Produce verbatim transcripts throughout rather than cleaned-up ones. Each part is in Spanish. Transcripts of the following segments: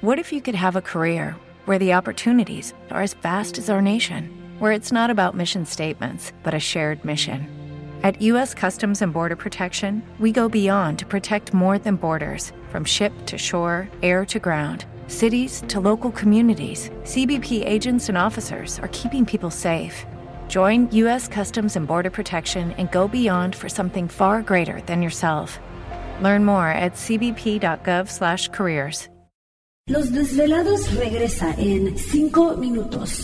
What if you could have a career where the opportunities are as vast as our nation, where it's not about mission statements, but a shared mission? At U S Customs and Border Protection, we go beyond to protect more than borders. From ship to shore, air to ground, cities to local communities, C B P agents and officers are keeping people safe. Join U S Customs and Border Protection and go beyond for something far greater than yourself. Learn more at c b p dot gov slash careers. Los Desvelados regresa en cinco minutos.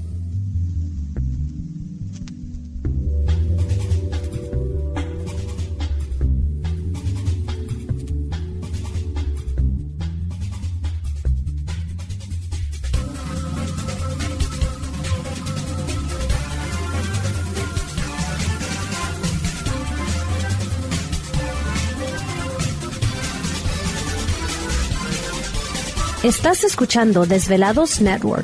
Estás escuchando Desvelados Network.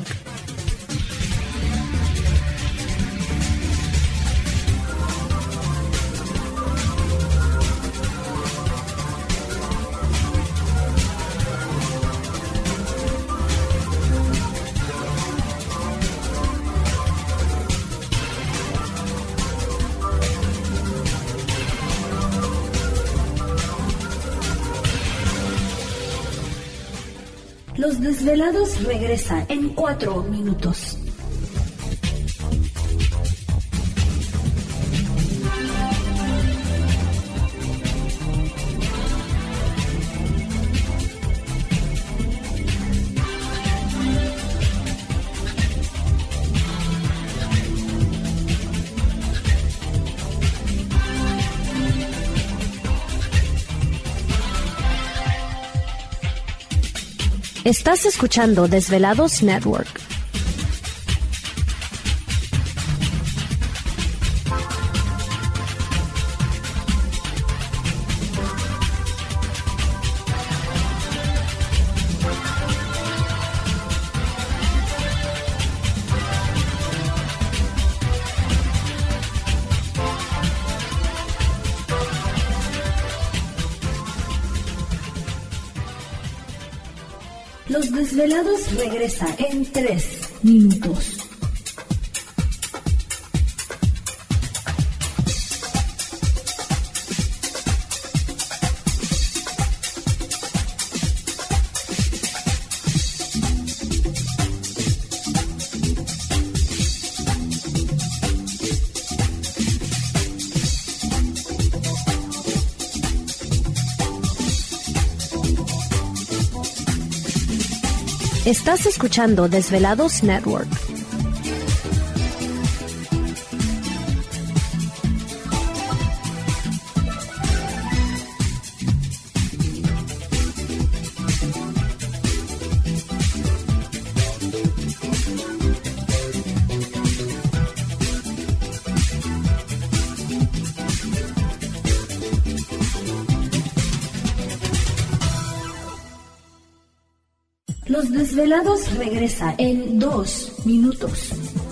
Los Desvelados regresa en cuatro minutos. Estás escuchando Desvelados Network. Los Desvelados regresa en tres minutos. Estás escuchando Desvelados Network. Los Desvelados regresa en dos minutos.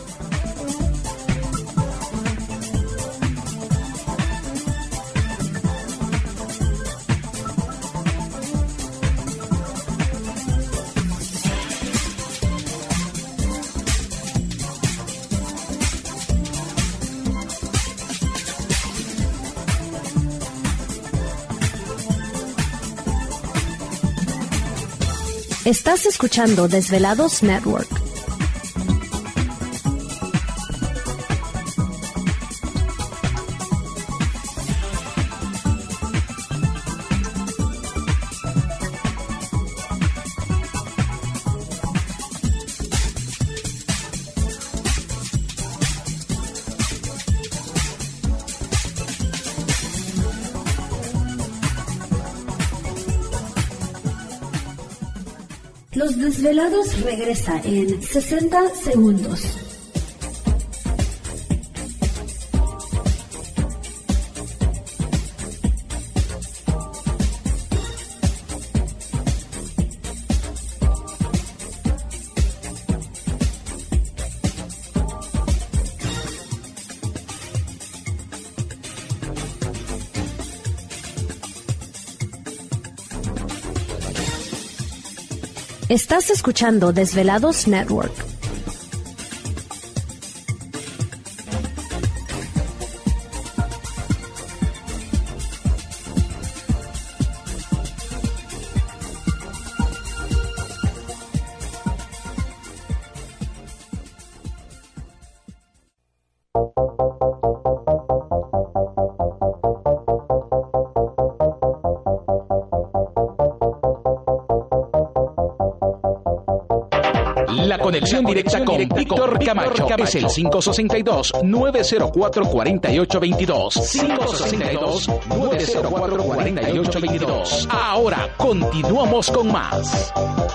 Estás escuchando Desvelados Network. Los Desvelados regresa en sesenta segundos. Estás escuchando Desvelados Network. La conexión directa con Víctor Camacho es el cinco sesenta y dos, nueve cero cuatro, cuatro ocho dos dos. cinco sesenta y dos, nueve cero cuatro, cuatro ocho dos dos. Ahora continuamos con más.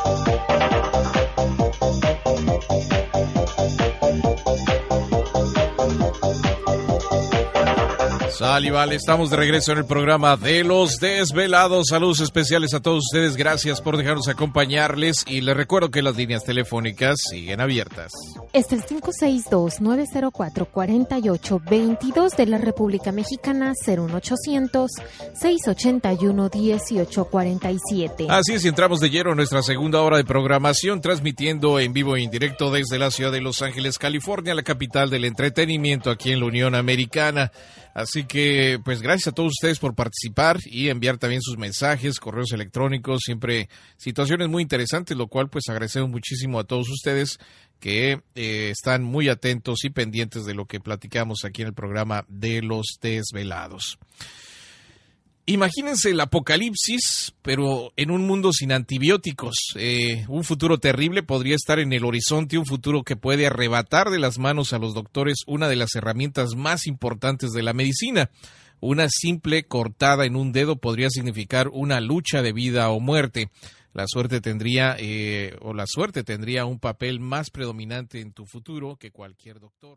Sal y vale, estamos de regreso en el programa de Los Desvelados. Saludos especiales a todos ustedes, gracias por dejarnos acompañarles y les recuerdo que las líneas telefónicas siguen abiertas. Este es el cinco seis dos, nueve cero cuatro, cuatro ocho dos dos de la República Mexicana, cero uno ochocientos, seis ochenta y uno, dieciocho cuarenta y siete. Así es, y entramos de lleno en nuestra segunda hora de programación, transmitiendo en vivo e indirecto desde la ciudad de Los Ángeles, California, la capital del entretenimiento aquí en la Unión Americana. Así que, pues, gracias a todos ustedes por participar y enviar también sus mensajes, correos electrónicos, siempre situaciones muy interesantes, lo cual, pues, agradecemos muchísimo a todos ustedes que eh, están muy atentos y pendientes de lo que platicamos aquí en el programa de Los Desvelados. Imagínense el apocalipsis, pero en un mundo sin antibióticos. Eh, un futuro terrible podría estar en el horizonte, un futuro que puede arrebatar de las manos a los doctores una de las herramientas más importantes de la medicina. Una simple cortada en un dedo podría significar una lucha de vida o muerte. La suerte tendría, eh, o la suerte tendría un papel más predominante en tu futuro que cualquier doctor.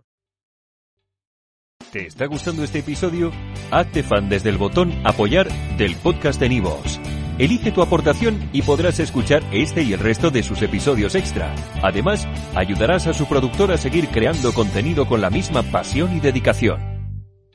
¿Te está gustando este episodio? Hazte fan desde el botón Apoyar del podcast de Nivos. Elige tu aportación y podrás escuchar este y el resto de sus episodios extra. Además, ayudarás a su productor a seguir creando contenido con la misma pasión y dedicación.